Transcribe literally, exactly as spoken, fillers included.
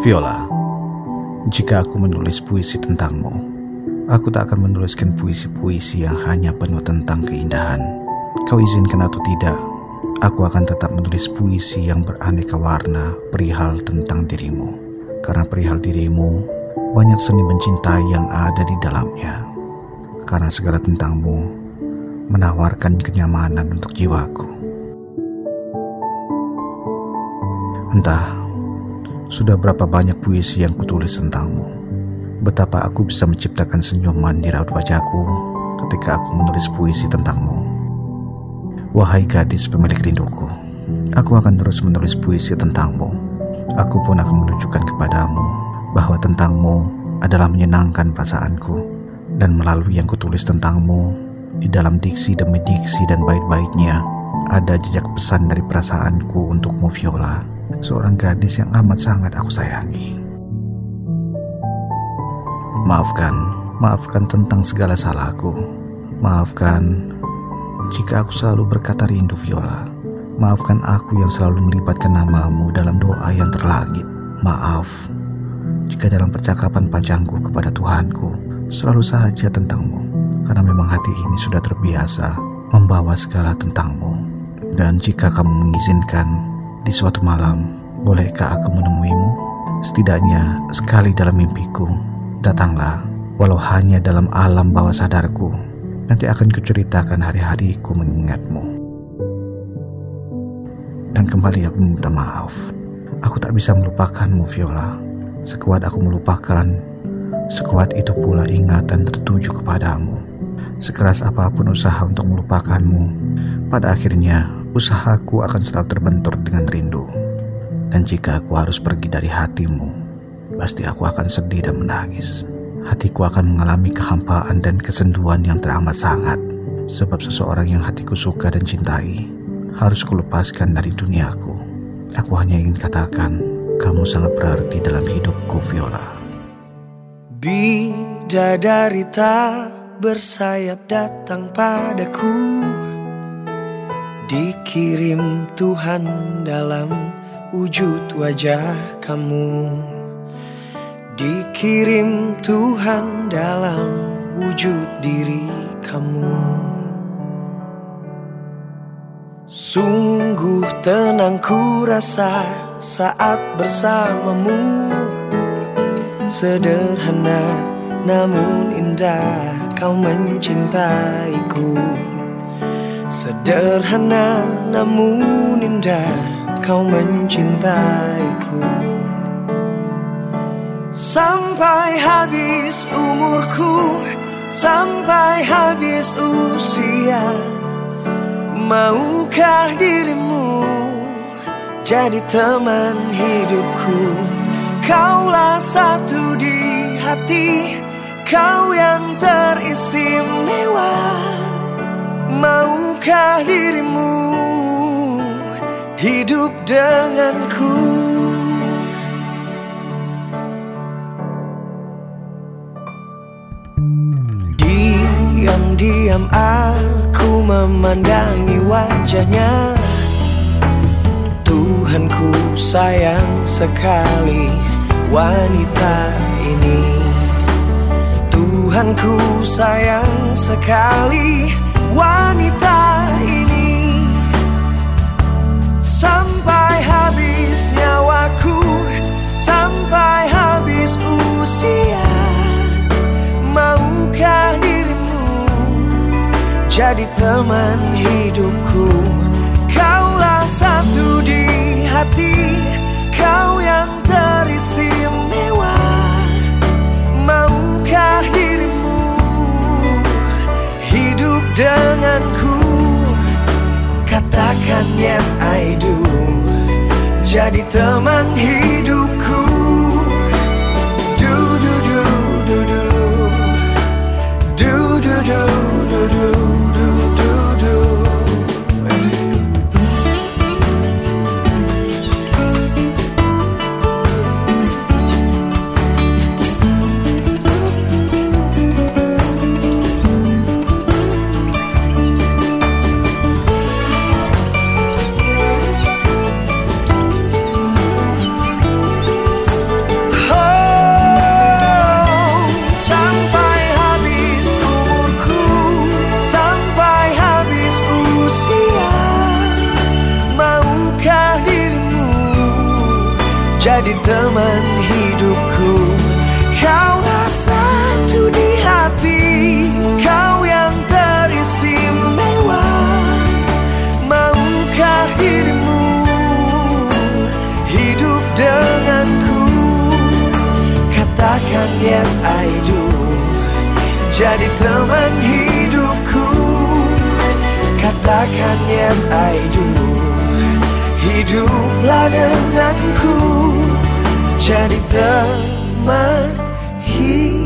Viola, jika aku menulis puisi tentangmu, aku tak akan menuliskan puisi-puisi yang hanya penuh tentang keindahan. Kau izinkan atau tidak, aku akan tetap menulis puisi yang beraneka warna perihal tentang dirimu. Karena perihal dirimu, banyak seni mencintai yang ada di dalamnya. Karena segala tentangmu menawarkan kenyamanan untuk jiwaku. Entah sudah berapa banyak puisi yang kutulis tentangmu. Betapa aku bisa menciptakan senyuman di raut wajahku ketika aku menulis puisi tentangmu. Wahai gadis pemilik rinduku, aku akan terus menulis puisi tentangmu. Aku pun akan menunjukkan kepadamu bahwa tentangmu adalah menyenangkan perasaanku. Dan melalui yang kutulis tentangmu, di dalam diksi demi diksi dan bait-baitnya, ada jejak pesan dari perasaanku untukmu, Viola, seorang gadis yang amat sangat aku sayangi. Maafkan, maafkan tentang segala salahku. Maafkan jika aku selalu berkata rindu, Viola. Maafkan aku yang selalu melibatkan namamu dalam doa yang terlangit. Maaf jika dalam percakapan panjangku kepada Tuhanku selalu saja tentangmu, karena memang hati ini sudah terbiasa membawa segala tentangmu. Dan jika kamu mengizinkan, di suatu malam, bolehkah aku menemuimu? Setidaknya sekali dalam mimpiku, datanglah, walau hanya dalam alam bawah sadarku. Nanti akan kuceritakan hari-hariku mengingatmu. Dan kembali aku minta maaf. Aku tak bisa melupakanmu, Viola. Sekuat aku melupakan, sekuat itu pula ingatan tertuju kepadamu. Sekeras apapun usaha untuk melupakanmu, pada akhirnya usahaku akan selalu terbentur dengan rindu. Dan jika aku harus pergi dari hatimu, pasti aku akan sedih dan menangis. Hatiku akan mengalami kehampaan dan kesenduan yang teramat sangat. Sebab seseorang yang hatiku suka dan cintai harus kulepaskan dari duniaku. Aku hanya ingin katakan, kamu sangat berarti dalam hidupku, Viola. Bidadari tak bersayap datang padaku, dikirim Tuhan dalam wujud wajah kamu. Dikirim Tuhan dalam wujud diri kamu. Sungguh tenang ku rasa saat bersamamu. Sederhana namun indah kau mencintaiku. Sederhana namun indah kau mencintaiku. Sampai habis umurku, sampai habis usia, maukah dirimu jadi teman hidupku? Kaulah satu di hati, kau yang teristimewa. Maukah dirimu hidup denganku? Diam-diam aku memandangi wajahnya. Tuhanku sayang sekali wanita ini. Tuhanku sayang sekali wanita ini. Sampai habis nyawaku, sampai habis usia, maukah dirimu jadi teman hidupku? Kaulah satu di hati, kau yang teristimewa. Maukah dirimu hidup denganku? Katakan yes I do, jadi teman hidupku. Du du du du du, du du du du du du du du. jadi teman hidupku. Kaulah satu di hati, kau yang teristimewa. Maukah dirimu hidup denganku? Katakan yes I do, jadi teman hidupku. Katakan yes I do, hiduplah denganku, jadi teman hidupku.